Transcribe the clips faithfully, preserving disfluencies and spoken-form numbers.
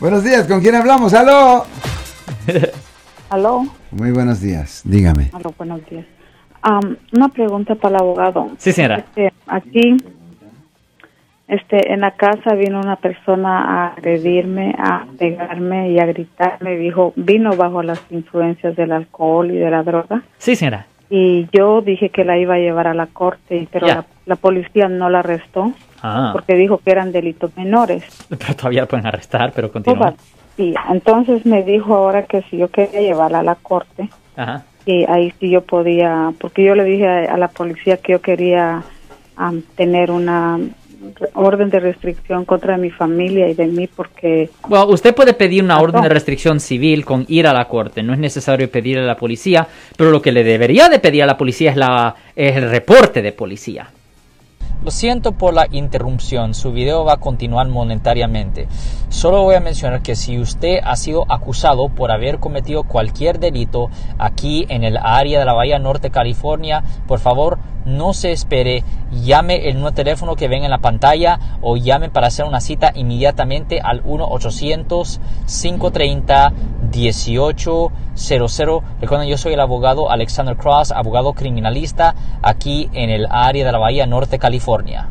Buenos días, ¿con quién hablamos? ¡Aló! ¿Aló? Muy buenos días, dígame. Aló, buenos días. Um, una pregunta para el abogado. Sí, señora. Este, aquí, este, en la casa vino una persona a agredirme, a pegarme y a gritarme. Dijo, vino bajo las influencias del alcohol y de la droga. Sí, señora. Y yo dije que la iba a llevar a la corte, pero Ya. la, la policía no la arrestó Ah, porque dijo que eran delitos menores. pero todavía la pueden arrestar, pero continúa. Sí, entonces me dijo ahora que si yo quería llevarla a la corte, Ajá. y ahí sí yo podía, porque yo le dije a, a la policía que yo quería um, tener una orden de restricción contra mi familia y de mí porque... Bueno, usted puede pedir una Perdón. orden de restricción civil con ir a la corte. No es necesario pedirle a la policía, pero lo que le debería de pedir a la policía es, la, es el reporte de policía. Lo siento por la interrupción, su video va a continuar monetariamente. Solo voy a mencionar que si usted ha sido acusado por haber cometido cualquier delito aquí en el área de la Bahía Norte, California, por favor no se espere, llame el nuevo teléfono que ven en la pantalla o llame para hacer una cita inmediatamente al uno ochocientos, cinco treinta, dieciocho cero cero. Recuerden, yo soy el abogado Alexander Cross, abogado criminalista aquí en el área de la Bahía Norte, California.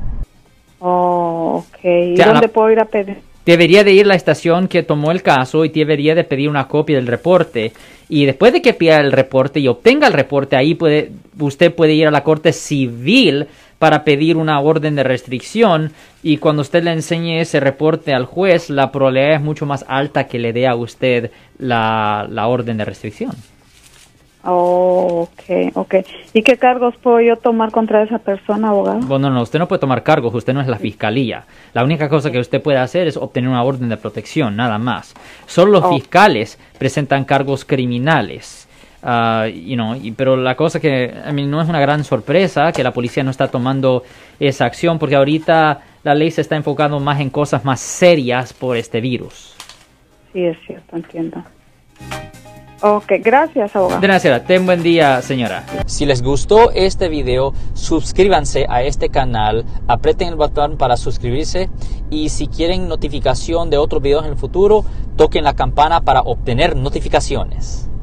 Oh, ok. ¿Y Ya, dónde la- puedo ir a pedir? Debería de ir a la estación que tomó el caso y debería de pedir una copia del reporte. Y después de que pida el reporte y obtenga el reporte, ahí puede, usted puede ir a la corte civil para pedir una orden de restricción. Y cuando usted le enseñe ese reporte al juez, la probabilidad es mucho más alta que le dé a usted la, la orden de restricción. Oh, ok, ok. ¿Y qué cargos puedo yo tomar contra esa persona, abogado? Bueno, no, usted no puede tomar cargos, usted no es la fiscalía. La única cosa que usted puede hacer es obtener una orden de protección, nada más. Solo los Oh. fiscales presentan cargos criminales. Ah, you know, y- pero la cosa que I mean, no es una gran sorpresa que la policía no está tomando esa acción, porque ahorita la ley se está enfocando más en cosas más serias por este virus. Sí, es cierto, entiendo. Ok, gracias, abogado. De nada, señora. Ten buen día, señora. Si les gustó este video, suscríbanse a este canal, aprieten el botón para suscribirse y si quieren notificación de otros videos en el futuro, toquen la campana para obtener notificaciones.